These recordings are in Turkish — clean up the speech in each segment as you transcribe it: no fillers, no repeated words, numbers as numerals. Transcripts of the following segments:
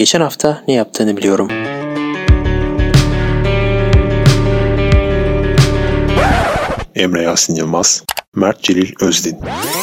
Geçen hafta ne yaptığını biliyorum. Emre Yasin Yılmaz, Mert Celil Özdin.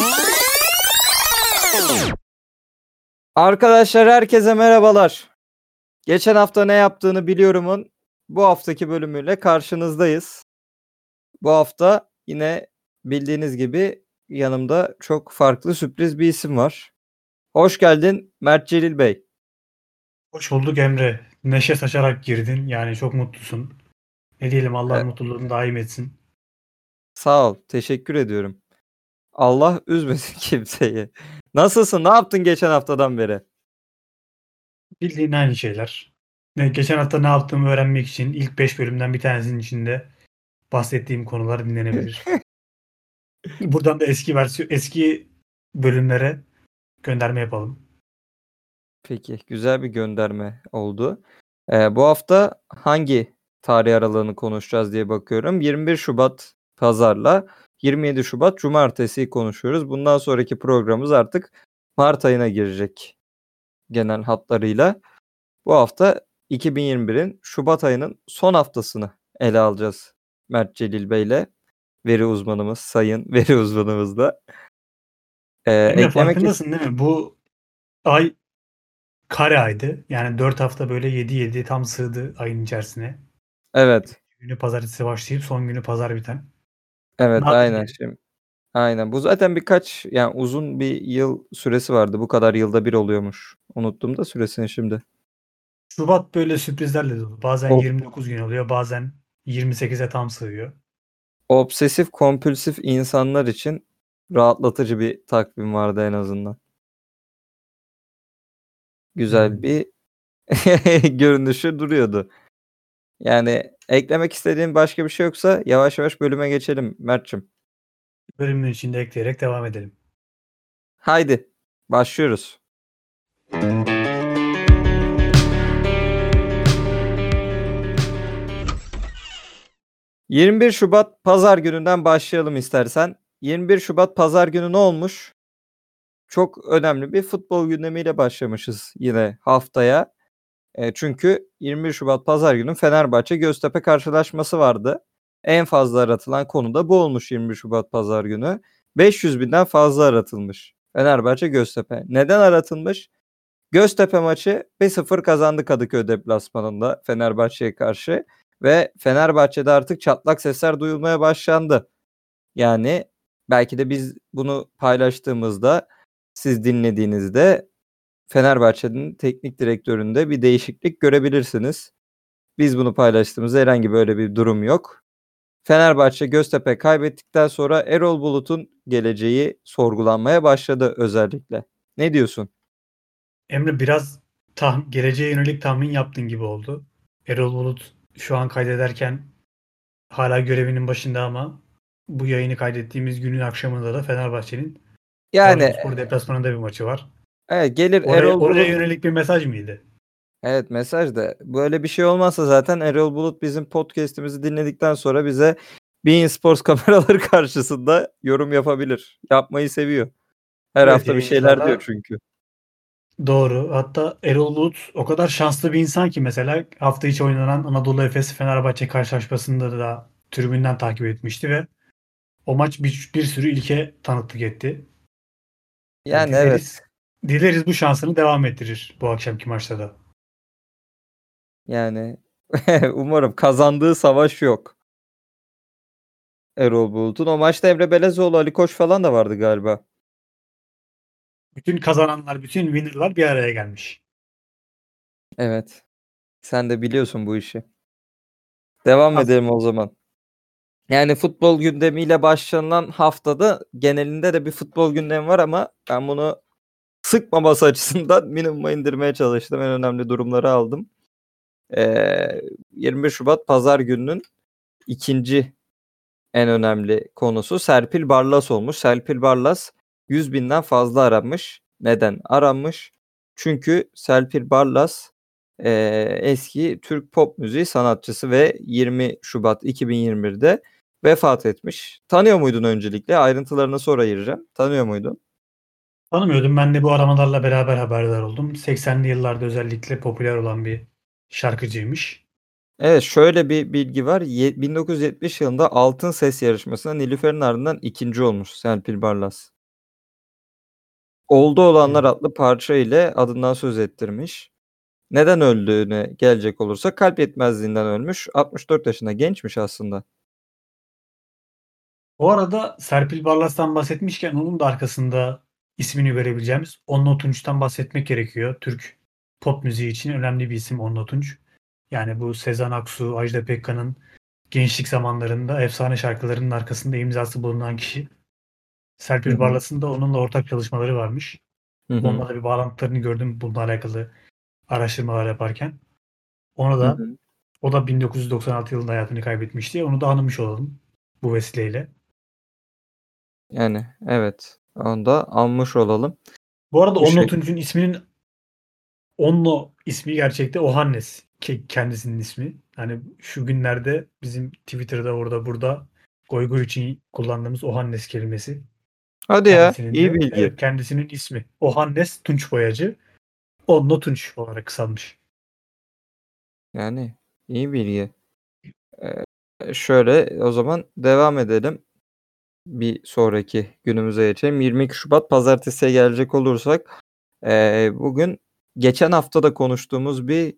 Arkadaşlar herkese merhabalar. Geçen hafta ne yaptığını biliyorumun bu haftaki bölümüyle karşınızdayız. Bu hafta yine bildiğiniz gibi yanımda çok farklı sürpriz bir isim var. Hoş geldin Mert Celil Bey. Hoş bulduk Emre. Neşe saçarak girdin. Yani çok mutlusun. Ne diyelim, Allah Evet. mutluluğunu daim etsin. Sağ ol, teşekkür ediyorum. Allah üzmesin kimseyi. Nasılsın? Ne yaptın geçen haftadan beri? Bildiğin aynı şeyler. Geçen hafta ne yaptığımı öğrenmek için ilk 5 bölümden bir tanesinin içinde bahsettiğim konular dinlenebilir. Buradan da eski bölümlere gönderme yapalım. Peki, güzel bir gönderme oldu. Bu hafta hangi tarih aralığını konuşacağız diye bakıyorum. 21 Şubat Pazar'la 27 Şubat Cumartesi'yi konuşuyoruz. Bundan sonraki programımız artık Mart ayına girecek genel hatlarıyla. Bu hafta 2021'in Şubat ayının son haftasını ele alacağız Mert Celil Bey'le. Veri uzmanımız, sayın veri uzmanımızla. Emre, farkındasın değil mi? Bu ay kare aydı. Yani 4 hafta böyle 7 tam sığdı ayın içerisine. Evet. Günü pazartesi başlayıp son günü pazar biten. Evet, Nadir aynen yani. şimdi. Aynen. Bu zaten yani uzun bir yıl süresi vardı. Bu kadar yılda bir oluyormuş. Unuttum da süresini şimdi. Şubat böyle sürprizlerle dolu. Bazen O 29 gün oluyor, bazen 28'e tam sığıyor. obsesif kompulsif insanlar için rahatlatıcı bir takvim vardı en azından. Güzel bir görünüşü duruyordu. Yani eklemek istediğin başka bir şey yoksa yavaş yavaş bölüme geçelim Mert'cim. Bölümün içinde ekleyerek devam edelim. Haydi başlıyoruz. 21 Şubat Pazar gününden başlayalım istersen. 21 Şubat Pazar günü ne olmuş? Çok önemli bir futbol gündemiyle başlamışız yine haftaya. Çünkü 21 Şubat Pazar günü Fenerbahçe Göztepe karşılaşması vardı. En fazla aratılan konu da bu olmuş 21 Şubat Pazar günü. 500 binden fazla aratılmış Fenerbahçe Göztepe. Neden aratılmış? Göztepe maçı 1-0 kazandı Kadıköy deplasmanında Fenerbahçe'ye karşı. Ve Fenerbahçe'de artık çatlak sesler duyulmaya başlandı. Yani belki de biz bunu paylaştığımızda, siz dinlediğinizde Fenerbahçe'nin teknik direktöründe bir değişiklik görebilirsiniz. Biz bunu paylaştığımızda herhangi böyle bir durum yok. Fenerbahçe Göztepe kaybettikten sonra Erol Bulut'un geleceği sorgulanmaya başladı özellikle. Ne diyorsun? Emre, biraz geleceğe yönelik tahmin yaptığın gibi oldu. Erol Bulut şu an kaydederken hala görevinin başında ama bu yayını kaydettiğimiz günün akşamında da Fenerbahçe'nin Yani Trabzonspor deplasmanında bir maçı var. evet, gelir Oraya Erol Bulut. yönelik bir mesaj mıydı? Evet, mesaj da böyle bir şey olmazsa zaten Erol Bulut bizim podcast'imizi dinledikten sonra bize beIN Sports kameraları karşısında yorum yapabilir. Yapmayı seviyor. Her Evet, hafta bir şeyler diyor yayıncılarla çünkü. doğru. Hatta Erol Bulut o kadar şanslı bir insan ki mesela hafta içi oynanan Anadolu Efes Fenerbahçe karşılaşmasında da tribünden takip etmişti ve o maç bir sürü ilke tanıklık etti. Yani evet. Dileriz bu şansını devam ettirir bu akşamki maçta da. Yani umarım kazandığı savaş yok. Erol Bulut'un. O maçta Emre Belezoğlu, Ali Koç falan da vardı galiba. Bütün kazananlar, bütün winner'lar bir araya gelmiş. Evet. Sen de biliyorsun bu işi. Devam edelim o zaman. Yani futbol gündemiyle başlanılan haftada genelinde de bir futbol gündemi var ama ben bunu sıkmaması açısından minimuma indirmeye çalıştım. En önemli durumları aldım. 21 Şubat Pazar gününün ikinci en önemli konusu Serpil Barlas olmuş. Serpil Barlas 100 binden fazla aranmış. Neden aranmış? Çünkü Serpil Barlas eski Türk pop müziği sanatçısı ve 20 Şubat 2021'de vefat etmiş. Tanıyor muydun öncelikle? Ayrıntılarına sonra gireceğim. Tanıyor muydun? Tanımıyordum. Ben de bu aramalarla beraber haberdar oldum. 80'li yıllarda özellikle popüler olan bir şarkıcıymış. Evet, şöyle bir bilgi var. 1970 yılında Altın Ses yarışmasında Nilüfer'in ardından ikinci olmuş Serpil Barlas. Oldu Olanlar adlı parça ile adından söz ettirmiş. Neden öldüğüne gelecek olursa kalp yetmezliğinden ölmüş. 64 yaşında, gençmiş aslında. Bu arada Serpil Barlas'tan bahsetmişken onun da arkasında ismini verebileceğimiz Onno Tunç'tan bahsetmek gerekiyor. Türk pop müziği için önemli bir isim Onno Tunç. Yani bu Sezen Aksu, Ajda Pekkan'ın gençlik zamanlarında efsane şarkılarının arkasında imzası bulunan kişi. Serpil Barlas'ın da onunla ortak çalışmaları varmış. Hı hı. Onunla da bir bağlantılarını gördüm bununla alakalı araştırmalar yaparken. Onu Hı da hı. o da 1996 yılında hayatını kaybetmişti. Onu da anmış olalım bu vesileyle. Yani evet, onu da anmış olalım. Bu arada Bu Onno şey. Tunç'un isminin Onno ismi gerçekte Ohannes. Kendisinin ismi. Hani şu günlerde bizim Twitter'da orada burada goy goy için kullandığımız Ohannes kelimesi. Hadi ya, Kendisinin iyi de bilgi. kendisinin ismi. Ohannes Tunç Boyacı. Onno Tunç olarak kısalmış. Yani iyi bilgi. Şöyle o zaman devam edelim. Bir sonraki günümüze geçelim. 22 Şubat pazartesiye gelecek olursak bugün geçen hafta da konuştuğumuz bir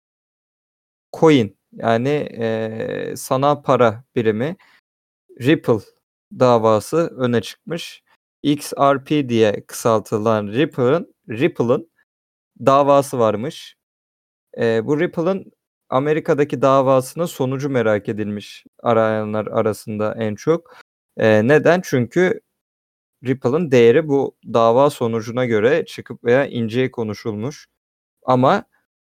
coin, yani sanal para birimi Ripple davası öne çıkmış. XRP diye kısaltılan Ripple'ın davası varmış. Bu Ripple'ın Amerika'daki davasının sonucu merak edilmiş arayanlar arasında en çok. Neden? Çünkü Ripple'ın değeri bu dava sonucuna göre çıkıp veya inceye konuşulmuş. Ama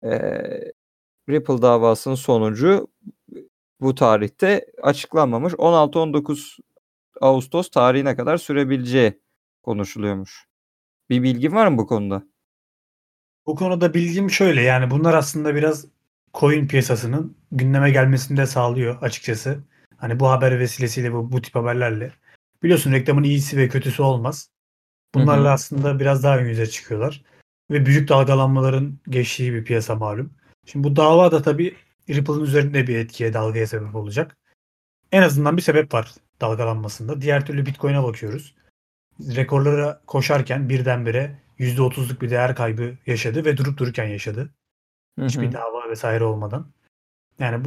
Ripple davasının sonucu bu tarihte açıklanmamış. 16-19 Ağustos tarihine kadar sürebileceği konuşuluyormuş. Bir bilgin var mı bu konuda? Bu konuda bilgim şöyle, yani bunlar aslında biraz coin piyasasının gündeme gelmesini de sağlıyor açıkçası. Hani bu haber vesilesiyle bu tip haberlerle. Biliyorsun reklamın iyisi ve kötüsü olmaz. Hı Bunlarla hı. aslında biraz daha ön yüze çıkıyorlar. Ve büyük dalgalanmaların geçtiği bir piyasa malum. Şimdi bu dava da tabii Ripple'ın üzerinde bir etkiye, dalgaya sebep olacak. En azından bir sebep var dalgalanmasında. Diğer türlü Bitcoin'e bakıyoruz. Rekorlara koşarken birdenbire %30'luk bir değer kaybı yaşadı ve durup dururken yaşadı. Hı Hiçbir hı. dava vesaire olmadan. Yani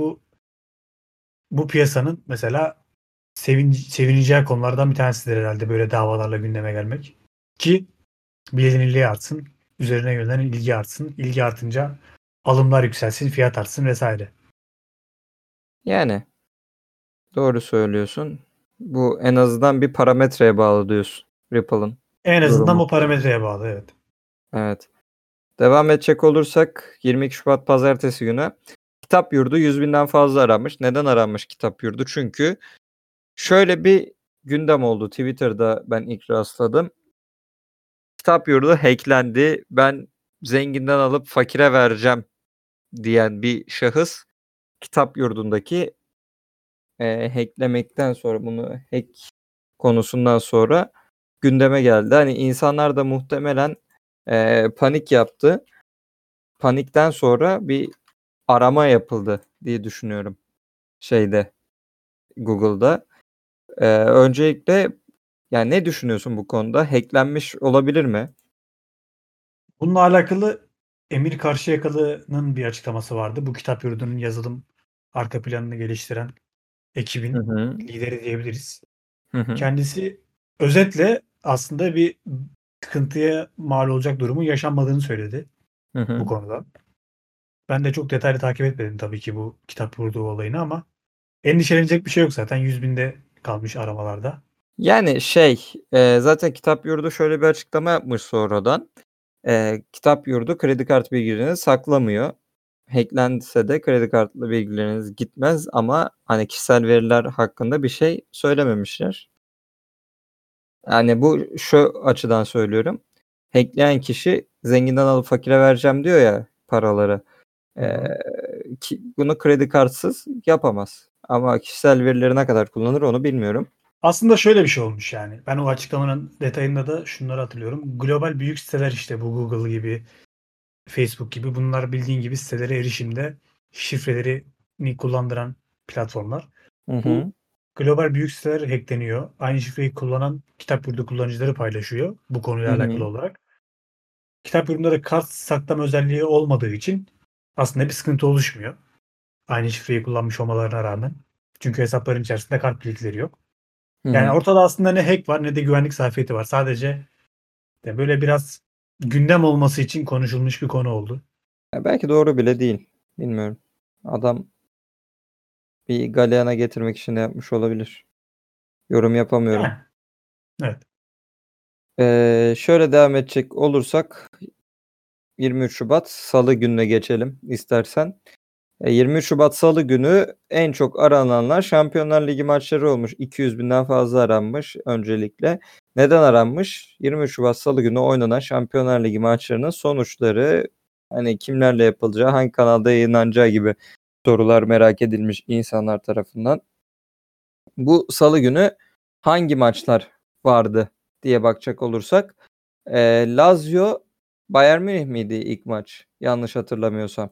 bu piyasanın mesela sevineceği konulardan bir tanesidir herhalde böyle davalarla gündeme gelmek. Ki bilinirliği artsın, üzerine yönelen ilgi artsın. İlgi artınca alımlar yükselsin, fiyat artsın vesaire. Yani doğru söylüyorsun. Bu en azından bir parametreye bağlı diyorsun Ripple'ın En azından durumu. bu parametreye bağlı, evet. Evet. Devam edecek olursak 22 Şubat pazartesi günü Kitap Yurdu 100.000'den fazla aramış. Neden aranmış Kitap Yurdu? Çünkü şöyle bir gündem oldu. Twitter'da ben ilk rastladım. Kitap Yurdu hacklendi. Ben zenginden alıp fakire vereceğim diyen bir şahıs Kitap Yurdu'ndaki hacklemekten sonra, bunu hack konusundan sonra gündeme geldi. Hani insanlar da muhtemelen panik yaptı. Panikten sonra bir arama yapıldı diye düşünüyorum şeyde, Google'da. Öncelikle yani ne düşünüyorsun bu konuda? Hacklenmiş olabilir mi? Bununla alakalı Emir Karşıyakalı'nın bir açıklaması vardı. Bu kitap yurdunun yazılım arka planını geliştiren Hı ekibin hı. lideri diyebiliriz. Hı hı. Kendisi özetle aslında bir sıkıntıya mal olacak durumun yaşanmadığını söyledi Hı bu hı. konuda. Ben de çok detaylı takip etmedim tabii ki bu kitap yurdu olayını ama endişelenecek bir şey yok zaten. 100.000'de kalmış aramalarda. Yani zaten Kitap Yurdu şöyle bir açıklama yapmış sonradan. Kitap Yurdu kredi kart bilgilerini saklamıyor. Hacklense de kredi kartlı bilgileriniz gitmez ama hani kişisel veriler hakkında bir şey söylememişler. Yani bu şu açıdan söylüyorum. Hackleyen kişi zenginden alıp fakire vereceğim diyor ya paraları. Hı hı. Bunu kredi kartsız yapamaz. Ama kişisel verileri ne kadar kullanır onu bilmiyorum. Aslında şöyle bir şey olmuş yani. Ben o açıklamanın detayında da şunları hatırlıyorum. Global büyük siteler işte bu Google gibi, Facebook gibi bunlar bildiğin gibi sitelere erişimde şifrelerini kullandıran platformlar. Hı hı. Bu global büyük siteler hackleniyor. Aynı şifreyi kullanan kitap yurdu kullanıcıları paylaşıyor bu konuyla Hı hı. alakalı olarak. Kitap yurdunda da kart saklama özelliği olmadığı için aslında bir sıkıntı oluşmuyor. Aynı şifreyi kullanmış olmalarına rağmen. Çünkü hesapların içerisinde kart bilgileri yok. Hı Yani hı. ortada aslında ne hack var ne de güvenlik zafiyeti var. Sadece de böyle biraz gündem olması için konuşulmuş bir konu oldu. Ya belki doğru bile değil. Bilmiyorum. Adam bir galeyana getirmek için de yapmış olabilir. Yorum yapamıyorum. Yani, evet. Şöyle devam edecek olursak 23 Şubat Salı gününe geçelim istersen. 23 Şubat Salı günü en çok arananlar Şampiyonlar Ligi maçları olmuş. 200 binden fazla aranmış öncelikle. Neden aranmış? 23 Şubat Salı günü oynanan Şampiyonlar Ligi maçlarının sonuçları, hani kimlerle yapılacağı, hangi kanalda yayınlanacağı gibi sorular merak edilmiş insanlar tarafından. Bu Salı günü hangi maçlar vardı diye bakacak olursak Lazio Bayern Münih miydi ilk maç? Yanlış hatırlamıyorsam.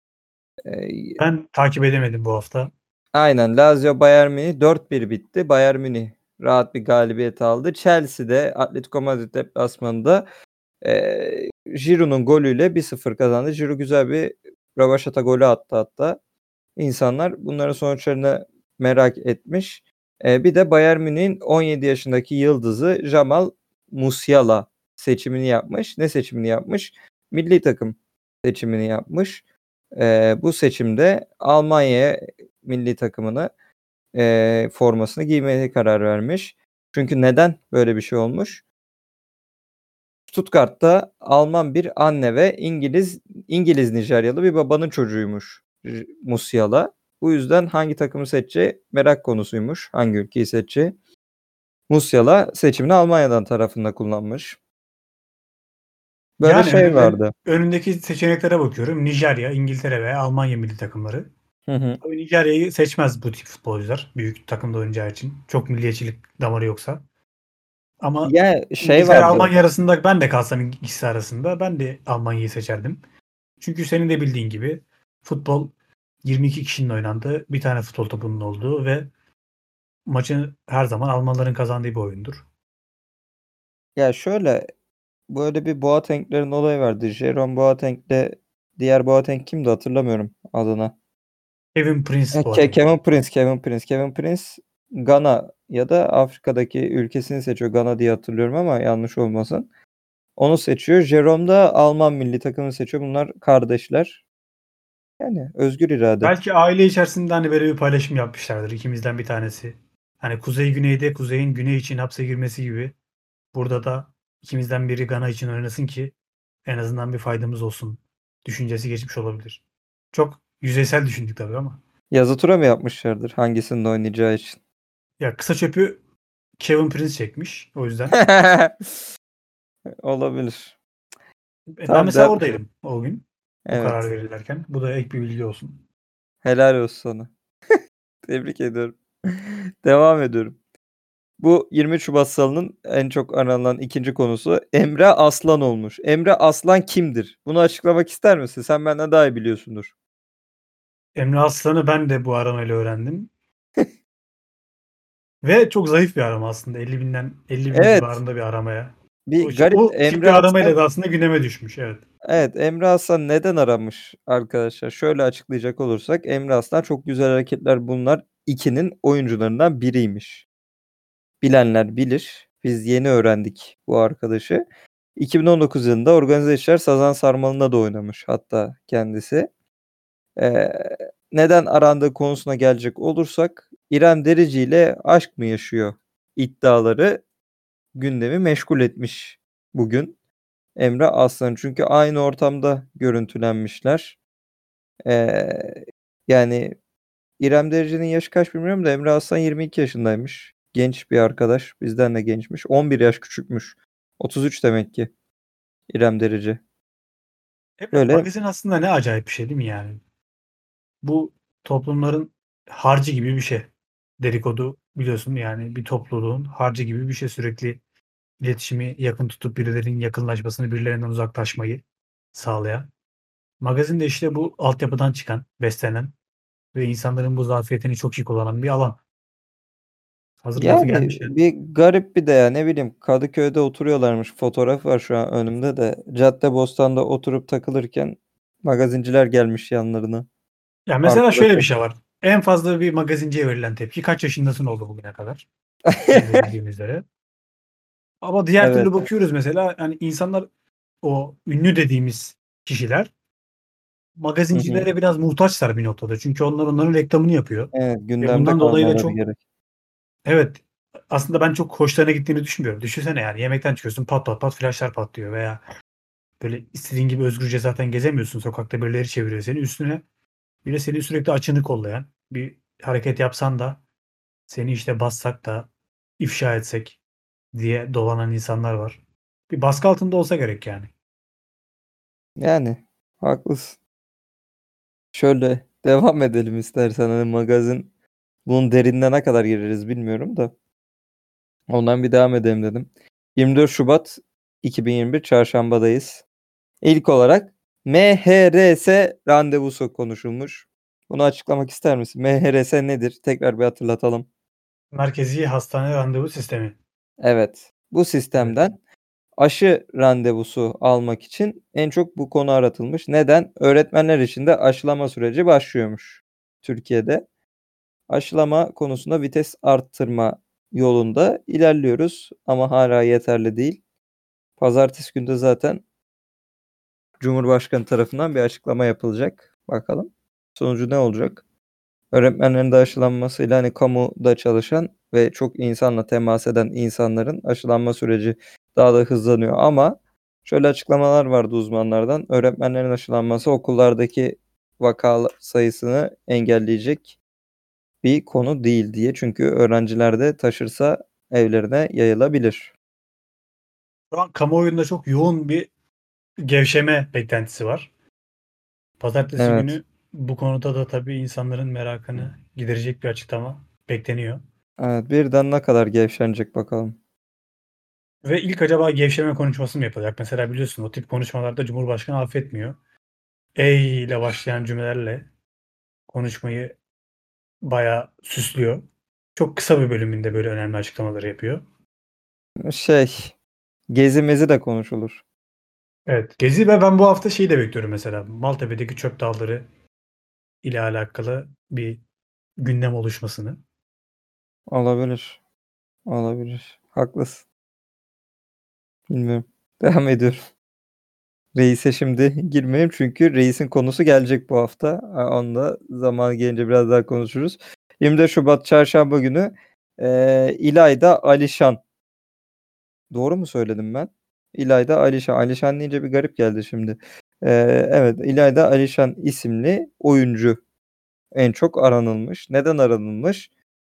Eee, Ben takip edemedim bu hafta. aynen Lazio Bayern Münih 4-1 bitti. Bayern Münih rahat bir galibiyet aldı. Chelsea'de Atletico Madrid deplasmanında Giroud'un golüyle 1-0 kazandı. Giroud güzel bir rövaşata golü attı hatta. İnsanlar bunların sonuçlarını merak etmiş. Bir de Bayern Münih'in 17 yaşındaki yıldızı Jamal Musiala seçimini yapmış. Ne seçimini yapmış? Milli takım seçimini yapmış. Bu seçimde Almanya milli takımını formasını giymeye karar vermiş. Çünkü neden böyle bir şey olmuş? Stuttgart'ta Alman bir anne ve İngiliz Nijeryalı bir babanın çocuğuymuş Musiala. Bu yüzden hangi takımı seçeceği merak konusuymuş. Hangi ülkeyi seçeceği. Musiala seçimini Almanya'dan tarafında kullanmış. Böyle Yani şey vardı. önündeki seçeneklere bakıyorum. Nijerya, İngiltere ve Almanya milli takımları. Hı hı. Tabii Nijerya'yı seçmez bu tip futbolcular. Büyük takımda oynayacağı için. Çok milliyetçilik damarı yoksa. Ama Ya şey İngiltere vardı. Almanya arasında ben de kalsam ikisi arasında ben de Almanya'yı seçerdim. Çünkü senin de bildiğin gibi futbol 22 kişinin oynandığı bir tane futbol topunun olduğu ve maçı her zaman Almanların kazandığı bir oyundur. Ya şöyle, böyle bir Boateng'lerin olayı vardı. Jerome Boateng'le diğer Boateng kimdi hatırlamıyorum adına. Kevin Prince Boateng. Kevin Prince Gana ya da Afrika'daki ülkesini seçiyor. Gana diye hatırlıyorum ama yanlış olmasın. Onu seçiyor. Jerome da Alman milli takımını seçiyor. Bunlar kardeşler. Yani özgür irade. Belki aile içerisinde hani böyle bir paylaşım yapmışlardır ikimizden bir tanesi. Hani kuzey güneyde kuzeyin güney için hapse girmesi gibi. Burada da ikimizden biri Gana için oynasın ki en azından bir faydamız olsun düşüncesi geçmiş olabilir. Çok yüzeysel düşündük tabii ama. Yazı tura mı yapmışlardır hangisinde oynayacağı için? Ya kısa çöpü Kevin Prince çekmiş. O yüzden. Olabilir. Ben Tamam mesela da oradaydım o gün. Bu karar evet. verirlerken. Bu da ek bir bilgi olsun. Helal olsun sana. Tebrik ediyorum. Devam ediyorum. Bu 23 Şubat Salı'nın en çok aranan ikinci konusu Emre Aslan olmuş. Emre Aslan kimdir? Bunu açıklamak ister misin? Sen benden daha iyi biliyorsundur. Emre Aslan'ı ben de bu aramayla öğrendim. Ve çok zayıf bir arama aslında. 50 bin Evet. civarında bir aramaya. Bir garip O tip Emre bir aramayla Aslan. da aslında gündeme düşmüş. Evet. Evet, Emre Aslan neden aramış arkadaşlar? Şöyle açıklayacak olursak Emre Aslan çok güzel hareketler bunlar. İkinin oyuncularından biriymiş. Bilenler bilir. Biz yeni öğrendik bu arkadaşı. 2019 yılında Organize İşler Sazan Sarmalı'nda da oynamış hatta kendisi. Ee, neden arandığı konusuna gelecek olursak İrem Derici ile aşk mı yaşıyor iddiaları gündemi meşgul etmiş bugün Emre Aslan. Çünkü aynı ortamda görüntülenmişler. Ee, yani İrem Derici'nin yaşı kaç bilmiyorum da Emre Aslan 22 yaşındaymış. Genç bir arkadaş. Bizden de gençmiş. 11 yaş küçükmüş. 33 demek ki İrem Derici. Evet, Böyle magazin aslında ne acayip bir şey değil mi yani? Bu toplumların harcı gibi bir şey. Dedikodu biliyorsun yani bir topluluğun harcı gibi bir şey, sürekli iletişimi yakın tutup birilerinin yakınlaşmasını, birilerinden uzaklaşmayı sağlayan. Magazin de işte bu altyapıdan çıkan, beslenen ve insanların bu zafiyetini çok iyi kullanan bir alan. Hazır lafı Yani gelmişken. bir garip bir de ya ne bileyim Kadıköy'de oturuyorlarmış. Fotoğraf var şu an önümde de. Caddebostan'da oturup takılırken magazinciler gelmiş yanlarına. Ya mesela şöyle bir Arkadaşlar. şey var. En fazla bir magazinciye verilen tepki kaç yaşındasın oldu bugüne kadar? Bizim de bildiğimiz üzere. Ama diğer Evet. türlü bakıyoruz mesela, hani insanlar, o ünlü dediğimiz kişiler Hı hı. magazincilere biraz muhtaçlar bir noktada. Çünkü onlar onların reklamını yapıyor. Evet, Ve gündemde bundan dolayı da kalmaları çok, gerek. evet, aslında ben çok hoşlarına gittiğini düşünmüyorum. Düşünsene yani yemekten çıkıyorsun, pat pat pat flaşlar patlıyor veya böyle istediğin gibi özgürce zaten gezemiyorsun. Sokakta birileri çeviriyor seni. Üstüne bir de senin sürekli açını kollayan bir hareket yapsan da seni işte bassak da ifşa etsek diye dolanan insanlar var. Bir baskı altında olsa gerek yani. Yani haklısın. Şöyle devam edelim istersen hani magazin bunun derinine ne kadar gireriz bilmiyorum da. Ondan bir devam edelim dedim. 24 Şubat 2021 Çarşambadayız. İlk olarak MHRS randevusu konuşulmuş. Bunu açıklamak ister misin? MHRS nedir? Tekrar bir hatırlatalım. Merkezi hastane randevu sistemi. Evet. Bu Evet. sistemden aşı randevusu almak için en çok bu konu aratılmış. Neden? Öğretmenler için de aşılama süreci başlıyormuş Türkiye'de. Aşılama konusunda vites arttırma yolunda ilerliyoruz ama hala yeterli değil. Pazartesi günü de zaten Cumhurbaşkanı tarafından bir açıklama yapılacak. Bakalım sonucu ne olacak? Öğretmenlerin de aşılanmasıyla hani kamuda çalışan ve çok insanla temas eden insanların aşılanma süreci daha da hızlanıyor ama şöyle açıklamalar vardı uzmanlardan. Öğretmenlerin aşılanması okullardaki vaka sayısını engelleyecek bir konu değil diye. Çünkü öğrenciler de taşırsa evlerine yayılabilir. Şu an kamuoyunda çok yoğun bir gevşeme beklentisi var. Pazartesi Evet. günü bu konuda da tabii insanların merakını giderecek bir açıklama bekleniyor. Evet, birden ne kadar gevşenecek bakalım. Ve ilk acaba gevşeme konuşması mı yapılacak? Mesela biliyorsun o tip konuşmalarda Cumhurbaşkanı affetmiyor. Ey ile başlayan cümlelerle konuşmayı bayağı süslüyor. Çok kısa bir bölümünde böyle önemli açıklamaları yapıyor. Şey, gezi mezi de konuşulur. Evet. Gezi ve ben bu hafta şeyi de bekliyorum mesela. Maltepe'deki çöp dağları ile alakalı bir gündem oluşmasını. Olabilir. Olabilir. Haklısın. Bilmiyorum. Devam ediyorum. Reis'e şimdi girmeyeyim çünkü reisin konusu gelecek bu hafta. Onu da zamanı gelince biraz daha konuşuruz. 24 Şubat Çarşamba günü İlayda Alişan. Doğru mu söyledim ben? İlayda Alişan. Alişan deyince bir garip geldi şimdi. Evet, İlayda Alişan isimli oyuncu en çok aranılmış. Neden aranılmış?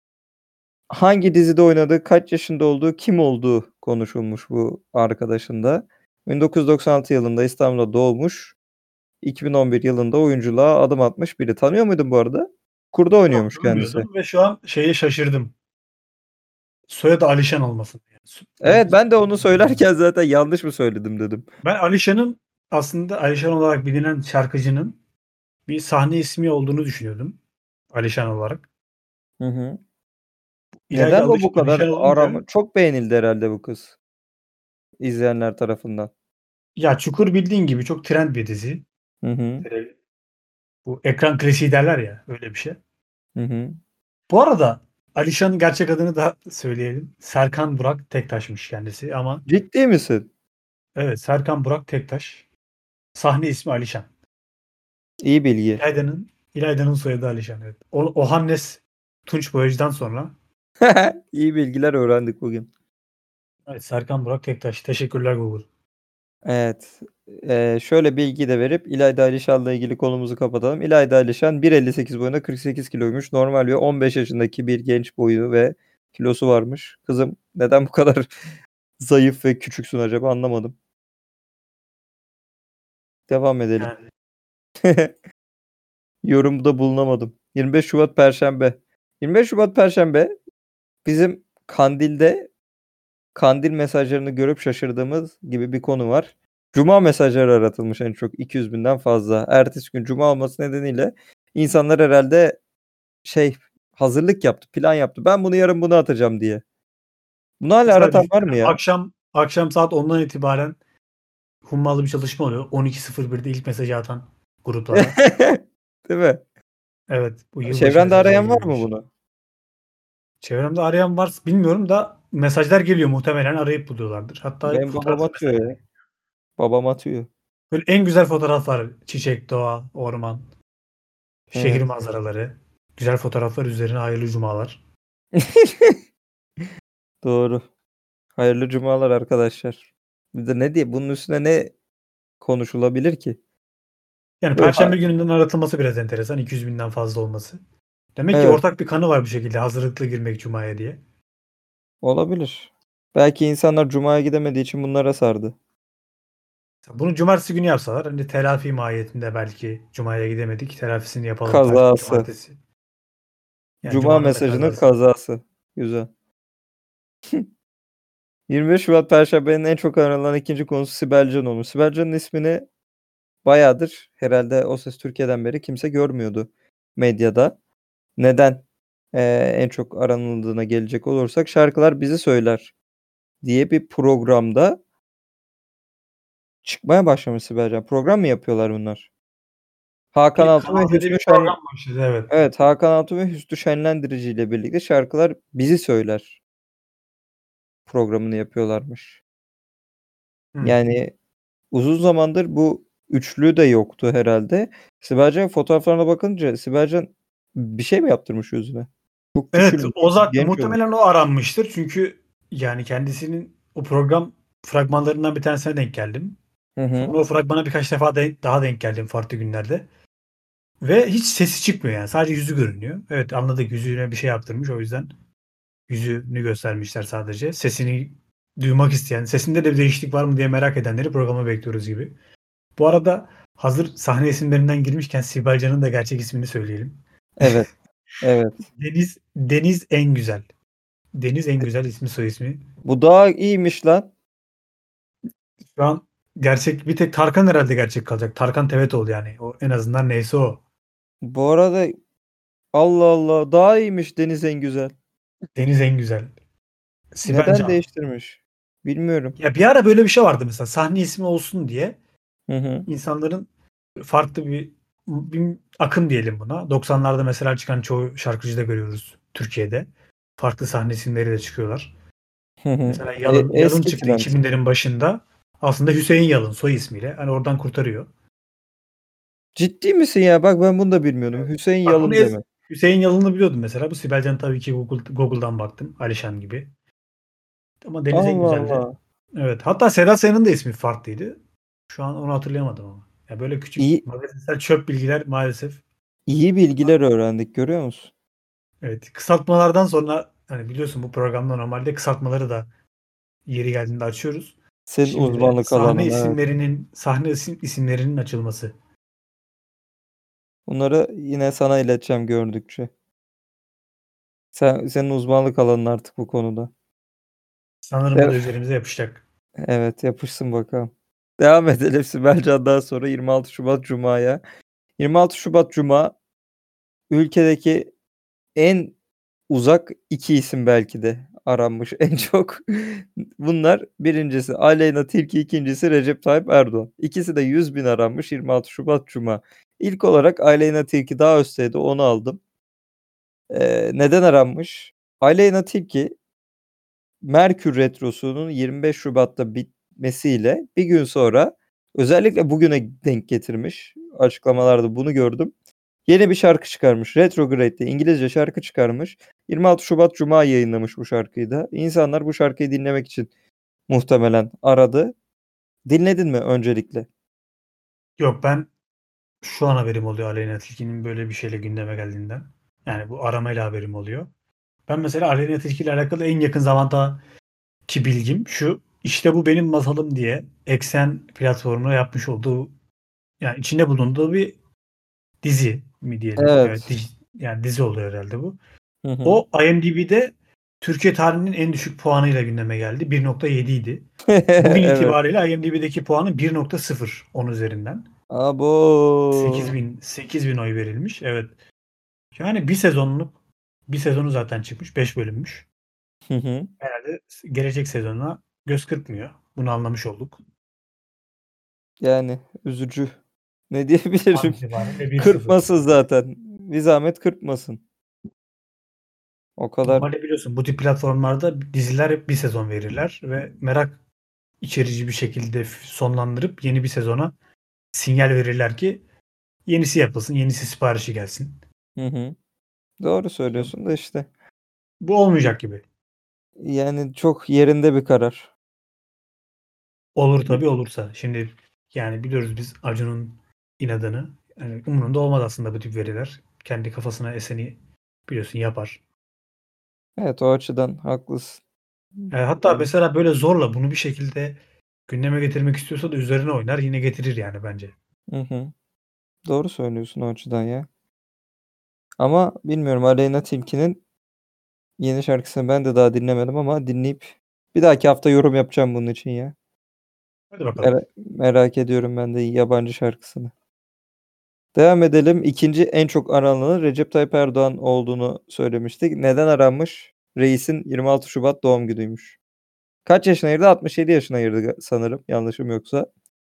Hangi dizide oynadığı, kaç yaşında olduğu, kim olduğu konuşulmuş bu arkadaşın da. 1996 yılında İstanbul'da doğmuş. 2011 yılında oyunculuğa adım atmış biri. Tanıyor muydun bu arada? Kurda Yok, oynuyormuş kendisi. tanımıyordum ve şu an şeye şaşırdım. Soyadı Alişan olmasın. Yani Evet, ben de onu söylerken zaten yanlış mı söyledim dedim. ben Alişan'ın, aslında Alişan olarak bilinen şarkıcının bir sahne ismi olduğunu düşünüyordum. Alişan olarak. Hı hı. İlayda Neden bu kadar Alişan olunca, arama çok beğenildi herhalde bu kız izleyenler tarafından. ya Çukur bildiğin gibi çok trend bir dizi. Hı hı. Bu ekran klasiği derler ya, öyle bir şey. Hı hı. Bu arada Alişan'ın gerçek adını da söyleyelim. Serkan Burak Tektaş'mış kendisi ama Ciddi misin? evet, Serkan Burak Tektaş. Sahne ismi Alişan. İyi bilgi. İlayda'nın soyadı Alişan, evet. Ohannes Tunç Boyacı'dan sonra, İyi bilgiler öğrendik bugün. evet, Serkan Burak Tektaş. Teşekkürler Google. Evet. Şöyle bilgi de verip İlayda Alişan'la ilgili konumuzu kapatalım. İlayda Alişan 1.58 boyunda 48 kiloymuş. Normal bir 15 yaşındaki bir genç boyu ve kilosu varmış. Kızım neden bu kadar zayıf ve küçüksün acaba anlamadım. Devam edelim. Yani Yorumda bulunamadım. 25 Şubat Perşembe. 25 Şubat Perşembe bizim Kandil'de Kandil mesajlarını görüp şaşırdığımız gibi bir konu var. Cuma mesajları aratılmış en çok 200 binden fazla. Ertesi gün Cuma olması nedeniyle insanlar herhalde hazırlık yaptı, plan yaptı. Ben bunu yarın bunu atacağım diye. Bunu hala aratan var mı ya? Akşam saat 10'dan itibaren hummalı bir çalışma oluyor. 12.01'de ilk mesajı atan gruplara. Değil mi? Evet. Bu yılbaşı Çevrende mesajları arayan var mı gibiymiş. bunu? Çevremde arayan var bilmiyorum da mesajlar geliyor, muhtemelen arayıp buluyorlardır. Hatta Benim babam fotoğraf atıyor mesajları. ya. Babam atıyor. Böyle en güzel fotoğraflar. Çiçek, doğa, orman, şehir Evet. manzaraları. Güzel fotoğraflar üzerine hayırlı cumalar. Doğru. Hayırlı cumalar arkadaşlar. Bir de ne diye bunun üstüne ne konuşulabilir ki? Yani Böyle Perşembe gününden aratılması biraz enteresan. 200 binden fazla olması. Demek ki Evet. ortak bir kanı var bir şekilde. Hazırlıklı girmek Cuma'ya diye. Olabilir. Belki insanlar Cuma'ya gidemediği için bunlara sardı. Bunu cumartesi günü yapsalar, hani telafi mahiyetinde belki Cuma'ya gidemedik. Telafisini yapalım. Kazası. Cumartesi. Yani Cuma Cuma'nın da mesajının kazası. kazası. Güzel. 25 Şubat Perşembe'nin en çok aranan ikinci konusu Sibel Can olmuş. Sibel Can'ın ismini bayağıdır herhalde O Ses Türkiye'den beri kimse görmüyordu medyada. Neden en çok aranıldığına gelecek olursak Şarkılar Bizi Söyler diye bir programda çıkmaya başlamış Sibel Can. Program mı yapıyorlar bunlar? Hakan Bir Altun ve Kanal D'de Hüsnü bir program başladı, evet. Evet, Hakan Altun ve Hüsnü Şenlendirici ile birlikte Şarkılar Bizi Söyler programını yapıyorlarmış. Hı. Yani uzun zamandır bu üçlü de yoktu herhalde. Sibel Can fotoğraflarına bakınca Sibel Can bir şey mi yaptırmış yüzüne? Çok Evet, küçülmüş, o zaten genç olmuş. muhtemelen o aranmıştır. Çünkü yani kendisinin o program fragmanlarından bir tanesine denk geldim. Hı hı. Sonra o fragmana birkaç defa daha denk geldim farklı günlerde. Ve hiç sesi çıkmıyor yani. Sadece yüzü görünüyor. Evet, anladık, yüzüne bir şey yaptırmış, o yüzden yüzünü göstermişler sadece. Sesini duymak isteyen, sesinde de bir değişiklik var mı diye merak edenleri programa bekliyoruz gibi. Bu arada hazır sahne isimlerinden girmişken Sibel Can'ın da gerçek ismini söyleyelim. Evet. Evet. Deniz En Güzel. Deniz En Güzel ismi, soy ismi. Bu daha iyiymiş lan. Şu an gerçek bir tek Tarkan herhalde gerçek kalacak. Tarkan Tevetoğlu yani. O en azından neyse o. Bu arada Allah Allah daha iyiymiş Deniz En Güzel. Deniz En Güzel. Sibel Neden Can. değiştirmiş? Bilmiyorum. Ya bir ara böyle bir şey vardı mesela. Sahne ismi olsun diye Hı hı. insanların farklı bir akım diyelim buna. 90'larda mesela çıkan çoğu şarkıcıda görüyoruz Türkiye'de. Farklı sahne isimleri de çıkıyorlar. Hı hı. Mesela Yalın Eski çıktı trend. 2000'lerin başında. Aslında Hüseyin Yalın soy ismiyle. Hani oradan kurtarıyor. Ciddi misin ya? Bak ben bunu da bilmiyordum. Evet. Hüseyin Bak bunu Yalın demek. Hüseyin Yalın'ı biliyordum mesela. Bu Sibel Can tabii ki Google'dan baktım. Alişan gibi. Ama Deniz En Allah Güzel'di. Allah. Evet. Hatta Sedat Sayan'ın da ismi farklıydı. Şu an onu hatırlayamadım ama. Ya böyle küçük İyi, magazinsel çöp bilgiler maalesef. iyi bilgiler öğrendik görüyor musun? Evet. Kısaltmalardan sonra hani biliyorsun bu programda normalde kısaltmaları da yeri geldiğinde açıyoruz. Senin Şimdi de uzmanlık alanın evet. sahne isimlerinin açılması. Bunları yine sana ileteceğim gördükçe. Senin uzmanlık alanın artık bu konuda. Sanırım bu da üzerimize yapışacak. Evet yapışsın bakalım. Devam edelim Sibel Can'dan sonra 26 Şubat Cuma'ya. 26 Şubat Cuma ülkedeki en uzak iki isim belki de aranmış en çok. Bunlar birincisi Aleyna Tilki, ikincisi Recep Tayyip Erdoğan. İkisi de 100.000 aranmış 26 Şubat Cuma. İlk olarak Aleyna Tilki daha üstteydi onu aldım. Neden aranmış? Aleyna Tilki Merkür Retrosu'nun 25 Şubat'ta bitmesiyle bir gün sonra özellikle bugüne denk getirmiş. Açıklamalarda bunu gördüm. Yeni bir şarkı çıkarmış. Retrograde'de İngilizce şarkı çıkarmış. 26 Şubat Cuma yayınlamış bu şarkıyı da. İnsanlar bu şarkıyı dinlemek için muhtemelen aradı. Dinledin mi öncelikle? Yok, ben şu an haberim oluyor Aleyna Tilki'nin böyle bir şeyle gündeme geldiğinden. Yani bu aramayla haberim oluyor. Ben mesela Aleyna Tilki ile alakalı en yakın zamandaki bilgim şu. İşte Bu Benim Masalım diye Eksen platformuna yapmış olduğu, yani içinde bulunduğu bir dizi mi diyelim. Evet, Evet. yani dizi oluyor herhalde bu. Hı hı. O IMDb'de Türkiye tarihinin en düşük puanıyla gündeme geldi. 1.7 idi. Bugün Evet. itibariyle IMDb'deki puanı 1.0 10 üzerinden. Abo. 8.000 oy verilmiş. Evet. Yani bir sezonu zaten çıkmış. 5 bölünmüş. Hı hı. Herhalde gelecek sezonuna göz kırpmıyor. Bunu anlamış olduk. Yani üzücü. Ne An diyebilirim? itibariyle 1-0. Kırpmasın zaten. Bir zahmet kırpmasın. O kadar. Normalde biliyorsun bu tip platformlarda diziler hep bir sezon verirler ve merak içerici bir şekilde sonlandırıp yeni bir sezona sinyal verirler ki yenisi yapılsın, yenisi siparişi gelsin. Hı hı. Doğru söylüyorsun da işte. Bu olmayacak gibi. Yani çok yerinde bir karar. Olur tabii olursa. Şimdi yani biliyoruz biz Acun'un inadını. Yani umurunda olmaz aslında bu tip veriler. Kendi kafasına eseni biliyorsun yapar. Evet, o açıdan haklısın. Hatta Yani, mesela böyle zorla bunu bir şekilde gündeme getirmek istiyorsa da üzerine oynar yine getirir yani bence. hı hı. Doğru söylüyorsun o açıdan ya. Ama bilmiyorum, Aleyna Tilki'nin yeni şarkısını ben de daha dinlemedim ama dinleyip bir dahaki hafta yorum yapacağım bunun için ya. Hadi bakalım. Merak ediyorum ben de yabancı şarkısını. Devam edelim. İkinci en çok arananı Recep Tayyip Erdoğan olduğunu söylemiştik. Neden aranmış? Reis'in 26 Şubat doğum günüymüş. Kaç yaşına girdi? 67 yaşına girdi sanırım, yanlışım yoksa.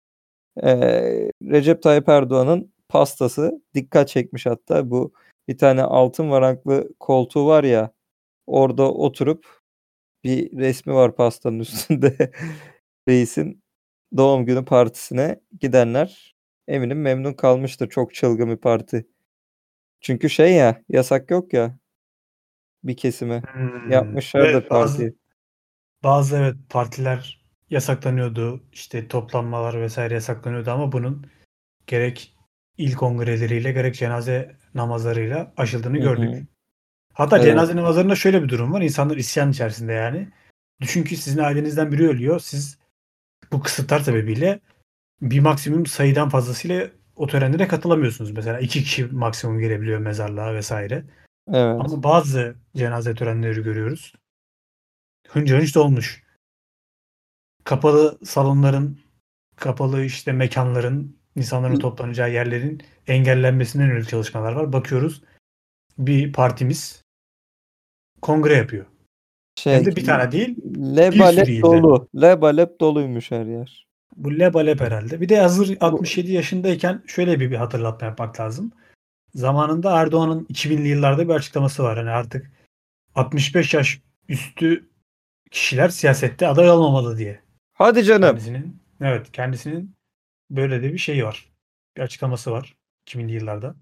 Recep Tayyip Erdoğan'ın pastası dikkat çekmiş hatta. Bu bir tane altın varaklı koltuğu var ya, orada oturup bir resmi var pastanın üstünde. Reisin doğum günü partisine gidenler eminim memnun kalmıştır. Çok çılgın bir parti. Çünkü şey ya, yasak yok ya bir kesime. Yapmışlardır Evet bazı partiyi. bazı evet partiler yasaklanıyordu. İşte toplanmalar vesaire yasaklanıyordu ama bunun gerek il kongreleriyle gerek cenaze namazlarıyla aşıldığını Hı hı. gördük. Hatta Evet, cenaze namazlarında şöyle bir durum var. İnsanlar isyan içerisinde yani. Düşün ki sizin ailenizden biri ölüyor. Siz bu kısıtlar sebebiyle bir maksimum sayıdan fazlasıyla o törenlere katılamıyorsunuz. Mesela 2 kişi maksimum girebiliyor mezarlığa vesaire. evet. Ama bazı cenaze törenleri görüyoruz. Hınca hınç dolmuş. Kapalı salonların, kapalı işte mekanların, insanların toplanacağı yerlerin engellenmesine yönelik çalışmalar var. Bakıyoruz bir partimiz kongre yapıyor. Hem Şey, de bir tane değil, bir sürü lebalep ilde. dolu. Lebalep doluymuş her yer. Bu lebalep herhalde. Bir de hazır Bu 67 yaşındayken şöyle bir hatırlatma yapmak lazım. Zamanında Erdoğan'ın 2000'li yıllarda bir açıklaması var. Hani artık 65 yaş üstü kişiler siyasette aday olmamalı diye. Hadi canım. Kendisinin böyle de bir şeyi var. Bir açıklaması var 2000'li yıllarda.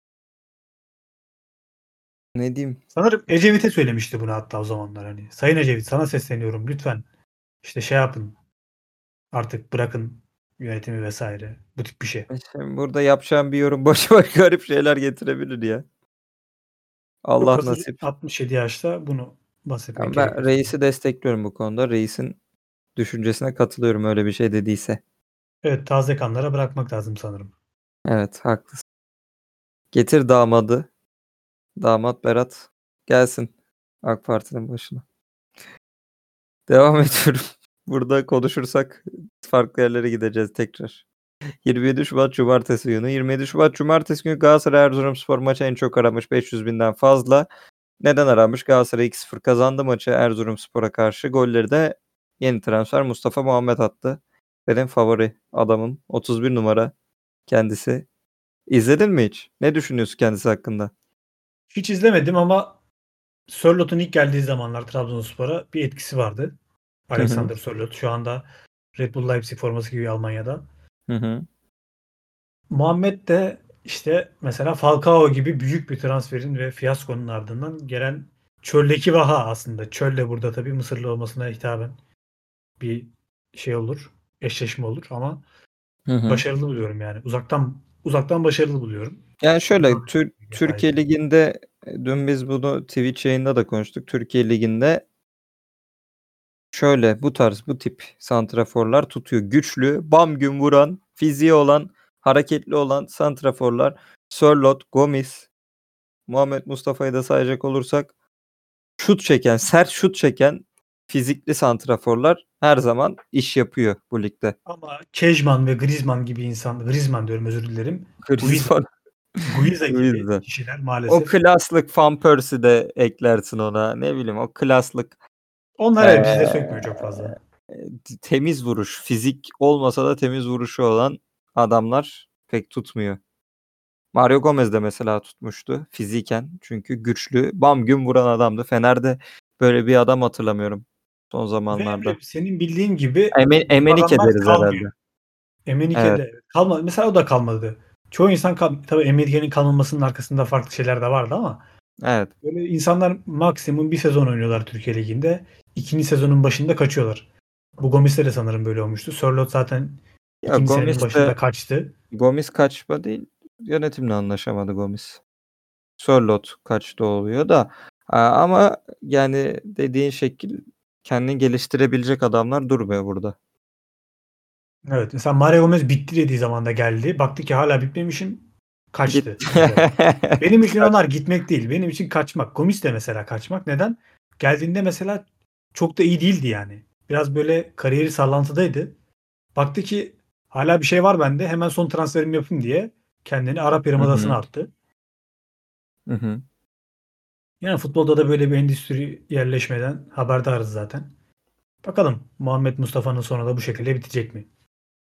Ne diyeyim? Sanırım Ecevit'e söylemişti bunu hatta o zamanlar hani. Sayın Ecevit sana sesleniyorum lütfen. İşte şey yapın. Artık bırakın yönetimi vesaire. Bu tip bir şey. Şimdi burada yapacağım bir yorum başıma garip şeyler getirebilir ya. Çok Allah hazır nasip. 67 yaşta bunu bahsetmek Yani ben gerekiyor sanırım. reisi destekliyorum bu konuda. Reisin düşüncesine katılıyorum öyle bir şey dediyse. Evet taze kanlara bırakmak lazım sanırım. Evet, haklısın. Getir damadı. Damat Berat gelsin AK Parti'nin başına. Devam ediyorum. Burada konuşursak farklı yerlere gideceğiz tekrar. 27 Şubat Cumartesi günü. 27 Şubat Cumartesi günü Galatasaray Erzurumspor maçı en çok aramış, 500.000'den fazla. Neden aranmış? Galatasaray 2-0 kazandı maçı Erzurumspor'a karşı. Golleri de yeni transfer Mustafa Muhammed attı. Benim favori adamım. 31 numara kendisi. İzledin mi hiç? Ne düşünüyorsun kendisi hakkında? Hiç izlemedim ama Sörlot'un ilk geldiği zamanlar Trabzonspor'a bir etkisi vardı. Hı hı. Alexander Sörlot şu anda Red Bull Leipzig forması gibi Almanya'da. Hı hı. Muhammed de işte mesela Falcao gibi büyük bir transferin ve fiyaskonun ardından gelen çöldeki vaha aslında. Çöl de burada tabii Mısırlı olmasına hitaben bir şey olur. Eşleşme olur ama Hı hı. başarılı buluyorum yani. Uzaktan başarılı buluyorum. Yani şöyle Sahip. Türkiye Ligi'nde dün biz bunu Twitch yayında da konuştuk. Türkiye Ligi'nde şöyle bu tip santraforlar tutuyor. Güçlü, bam gün vuran, fiziği olan, hareketli olan santraforlar Sörloth, Gomis, Muhammed Mustafa'yı da sayacak olursak sert şut çeken fizikli santraforlar her zaman iş yapıyor bu ligde. Ama Kejman ve Griezmann gibi Griezmann diyorum, özür dilerim. Griezmann. Guiza gibi Guiza. kişiler O maalesef. klaslık Van Persie de eklersin ona. Ne bileyim, o klaslık Onlar bizde sökmüyor çok fazla. temiz vuruş. Fizik olmasa da temiz vuruşu olan adamlar pek tutmuyor. Mario Gomez de mesela tutmuştu fiziken. Çünkü güçlü, bam güm vuran adamdı. Fener'de böyle bir adam hatırlamıyorum son zamanlarda. Ve senin bildiğin gibi Emenike adamlar deriz kalmıyor. herhalde. Emenike'de kalmadı. Mesela o da kalmadı. Çoğu insan tabii Emenike'nin kalmamasının arkasında farklı şeyler de vardı ama Evet. böyle insanlar maksimum bir sezon oynuyorlar Türkiye Ligi'nde. İkinci sezonun başında kaçıyorlar. Bu Gomis'te de sanırım böyle olmuştu. Sörloth zaten Ya ikinci senenin başında kaçtı. Gomis kaçma değil. Yönetimle anlaşamadı Gomis. Sörloth kaçtı oluyor da. Ama yani dediğin şekil kendini geliştirebilecek adamlar durmuyor burada. Evet. Mesela Mario Gomez bitti dediği zaman da geldi. Baktı ki hala bitmemişim. Kaçtı. Benim için onlar gitmek değil. Benim için kaçmak. Gomis de mesela kaçmak. Neden? Geldiğinde mesela çok da iyi değildi yani. Biraz böyle kariyeri sallantıdaydı. Baktı ki hala bir şey var bende. Hemen son transferimi yapayım diye kendini Arap Yarımadası'na attı. Hı. Yani futbolda da böyle bir endüstri yerleşmeden haberdarız zaten. Bakalım Muhammed Mustafa'nın sonu da bu şekilde bitecek mi?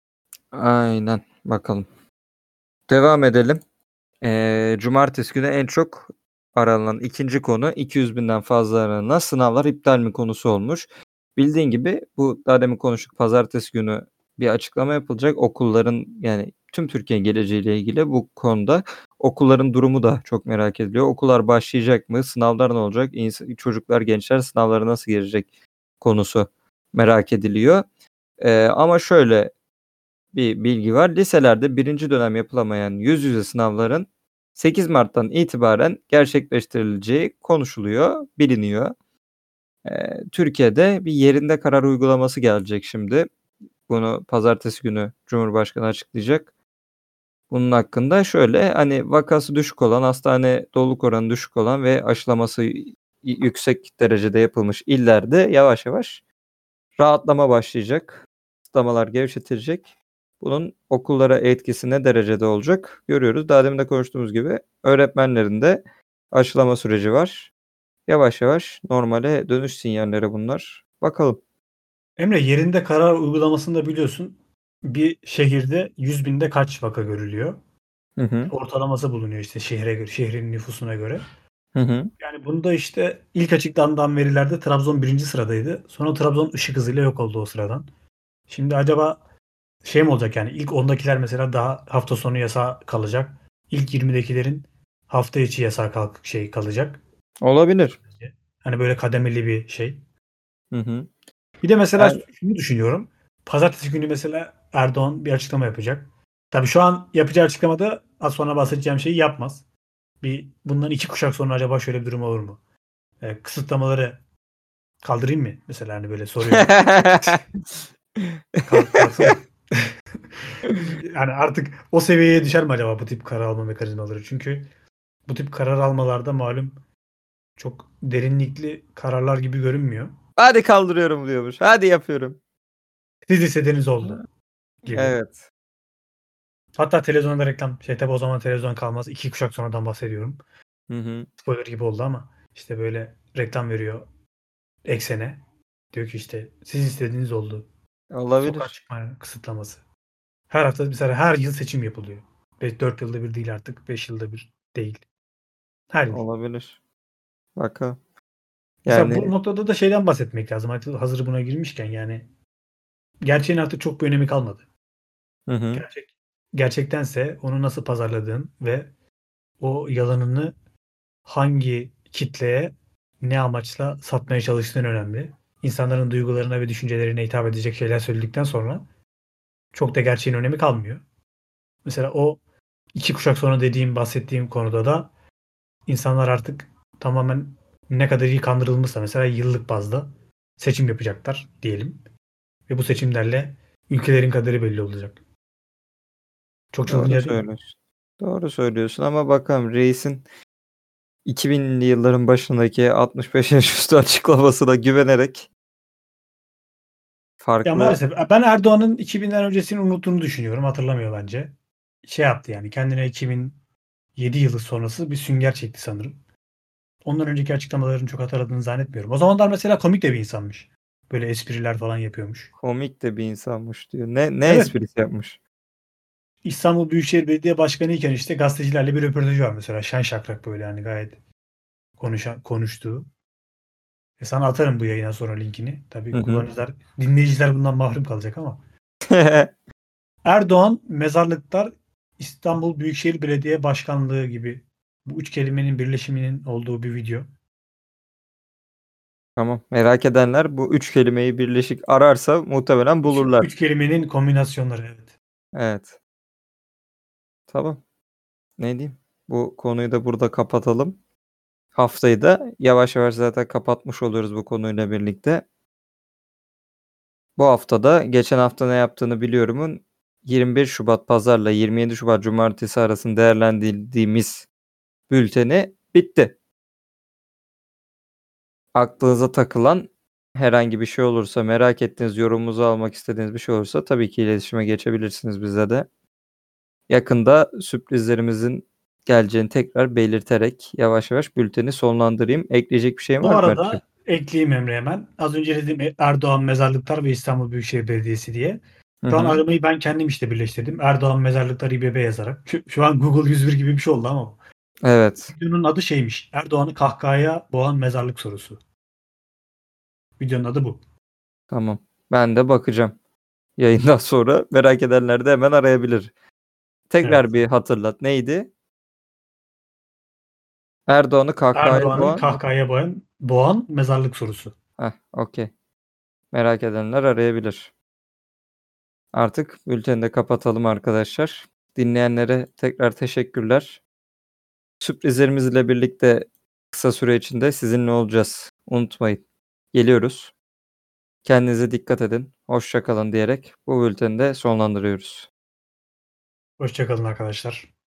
Aynen. Bakalım. Devam edelim. Cumartesi günü en çok aranan ikinci konu 200.000'den fazla aranan sınavlar iptal mi konusu olmuş. Bildiğin gibi bu daha demin konuştuk, pazartesi günü bir açıklama yapılacak. Okulların, yani tüm Türkiye'nin geleceğiyle ilgili bu konuda okulların durumu da çok merak ediliyor. Okullar başlayacak mı? Sınavlar ne olacak? Çocuklar, gençler sınavlara nasıl girecek konusu merak ediliyor. Ama şöyle bir bilgi var. Liselerde birinci dönem yapılamayan yüz yüze sınavların 8 Mart'tan itibaren gerçekleştirileceği konuşuluyor, biliniyor. Türkiye'de bir yerinde karar uygulaması gelecek şimdi. Bunu pazartesi günü Cumhurbaşkanı açıklayacak. Bunun hakkında şöyle, hani vakası düşük olan, hastane doluluk oranı düşük olan ve aşılaması yüksek derecede yapılmış illerde yavaş yavaş rahatlama başlayacak. Kısıtlamalar gevşetilecek. Bunun okullara etkisi ne derecede olacak görüyoruz. Daha demin de konuştuğumuz gibi öğretmenlerin de aşılama süreci var. Yavaş yavaş normale dönüş sinyalleri bunlar. Bakalım. Emre, yerinde karar uygulamasında biliyorsun bir şehirde 100.000'de kaç vaka görülüyor? Hı. Ortalaması bulunuyor işte şehre göre, şehrin nüfusuna göre. Hı. Yani bunda işte ilk açıklanan verilerde Trabzon birinci sıradaydı. Sonra Trabzon ışık hızıyla yok oldu o sıradan. Şimdi acaba şey mi olacak, yani ilk 10'dakiler mesela daha hafta sonu yasağı kalacak. İlk 20'dekilerin hafta içi yasağı kalacak. Olabilir. Hani böyle kademeli bir şey. Hı. Bir de mesela Ben- şunu düşünüyorum. Pazartesi günü mesela Erdoğan bir açıklama yapacak. Tabii şu an yapacağı açıklamada az sonra bahsedeceğim şeyi yapmaz. Bundan 2 kuşak sonra acaba şöyle bir durum olur mu? Kısıtlamaları kaldırayım mı? Mesela hani böyle soruyorum. Kalksın. Yani artık o seviyeye düşer mi acaba bu tip karar alma mekanizmaları? Çünkü bu tip karar almalarda malum çok derinlikli kararlar gibi görünmüyor. Hadi kaldırıyorum diyormuş. Hadi yapıyorum. Siz istediğiniz oldu gibi. Evet. Hatta televizyonda reklam tabi o zaman televizyon kalmaz. 2 kuşak sonradan bahsediyorum. Hı. Spoiler gibi oldu ama işte böyle reklam veriyor Eksen'e. Diyor ki işte siz istediğiniz oldu. Sokağa Olabilir. çıkma kısıtlaması. Her hafta mesela her yıl seçim yapılıyor. 4 yılda bir değil artık. 5 yılda bir değil. Her yıl. Olabilir. Bakalım. Mesela Yani bu noktada da şeyden bahsetmek lazım. Hazır buna girmişken yani gerçeğin artık çok bir önemi kalmadı. hı. Gerçektense onu nasıl pazarladığın ve o yalanını hangi kitleye ne amaçla satmaya çalıştığın önemli. İnsanların duygularına ve düşüncelerine hitap edecek şeyler söyledikten sonra çok da gerçeğin önemi kalmıyor. Mesela o 2 kuşak sonra bahsettiğim konuda da insanlar artık tamamen ne kadar iyi kandırılmışsa mesela yıllık bazda seçim yapacaklar diyelim. Ve bu seçimlerle ülkelerin kaderi belli olacak. Çok doğru çılgınca değil mi? söylüyorsun. Doğru söylüyorsun ama bakalım reisin 2000'li yılların başındaki 65 yaş üstü açıklamasına güvenerek Ya farklı maalesef ben Erdoğan'ın 2000'den öncesini unuttuğunu düşünüyorum. Hatırlamıyor bence. Şey yaptı yani kendine 2007 yılı sonrası bir sünger çekti sanırım. Ondan önceki açıklamalarını çok hatırladığını zannetmiyorum. O zamanlar mesela komik de bir insanmış. Böyle espriler falan yapıyormuş. komik de bir insanmış diyor. Ne Evet. esprisi yapmış? İstanbul Büyükşehir Belediye Başkanı iken işte gazetecilerle bir röportajı var mesela. Şen şakrak böyle yani gayet konuştuğu. Sana atarım bu yayından sonra linkini. Tabii Hı hı. kullanıcılar, dinleyiciler bundan mahrum kalacak ama. Erdoğan, mezarlıklar, İstanbul Büyükşehir Belediye Başkanlığı gibi bu üç kelimenin birleşiminin olduğu bir video. Tamam. Merak edenler bu 3 kelimeyi birleşik ararsa muhtemelen bulurlar. Üç kelimenin kombinasyonları evet. Evet. Tamam. Ne diyeyim? Bu konuyu da burada kapatalım. Haftayı da yavaş yavaş zaten kapatmış oluyoruz bu konuyla birlikte. Bu haftada geçen hafta ne yaptığını biliyorumun 21 Şubat pazarla 27 Şubat cumartesi arasında değerlendirdiğimiz bülteni bitti. Aklınıza takılan herhangi bir şey olursa, merak ettiğiniz, yorumunuzu almak istediğiniz bir şey olursa tabii ki iletişime geçebilirsiniz bize de. Yakında sürprizlerimizin geleceğini tekrar belirterek yavaş yavaş bülteni sonlandırayım. Ekleyecek bir şeyin Bu var mı arada Mert'ciğim? ekleyeyim Emre hemen. Az önce dedim Erdoğan Mezarlıklar ve İstanbul Büyükşehir Belediyesi diye. Hı Şu an hı. aramayı ben kendim işte birleştirdim. Erdoğan Mezarlıklar İBB yazarak. Şu an Google 101 gibi bir şey oldu ama. Evet. Videonun adı şeymiş. Erdoğan'ı kahkahaya boğan mezarlık sorusu. Videonun adı bu. Tamam. Ben de bakacağım. Yayından sonra merak edenler de hemen arayabilir. Tekrar Evet. bir hatırlat. Neydi? Erdoğan'ı kahkahaya Erdoğan'ı boğan. kahkahaya boğan mezarlık sorusu. Okey. Merak edenler arayabilir. Artık bülteni de kapatalım arkadaşlar. Dinleyenlere tekrar teşekkürler. Sürprizlerimizle birlikte kısa süre içinde sizinle olacağız. Unutmayın. Geliyoruz. Kendinize dikkat edin. Hoşça kalın diyerek bu bülteni de sonlandırıyoruz. Hoşçakalın arkadaşlar.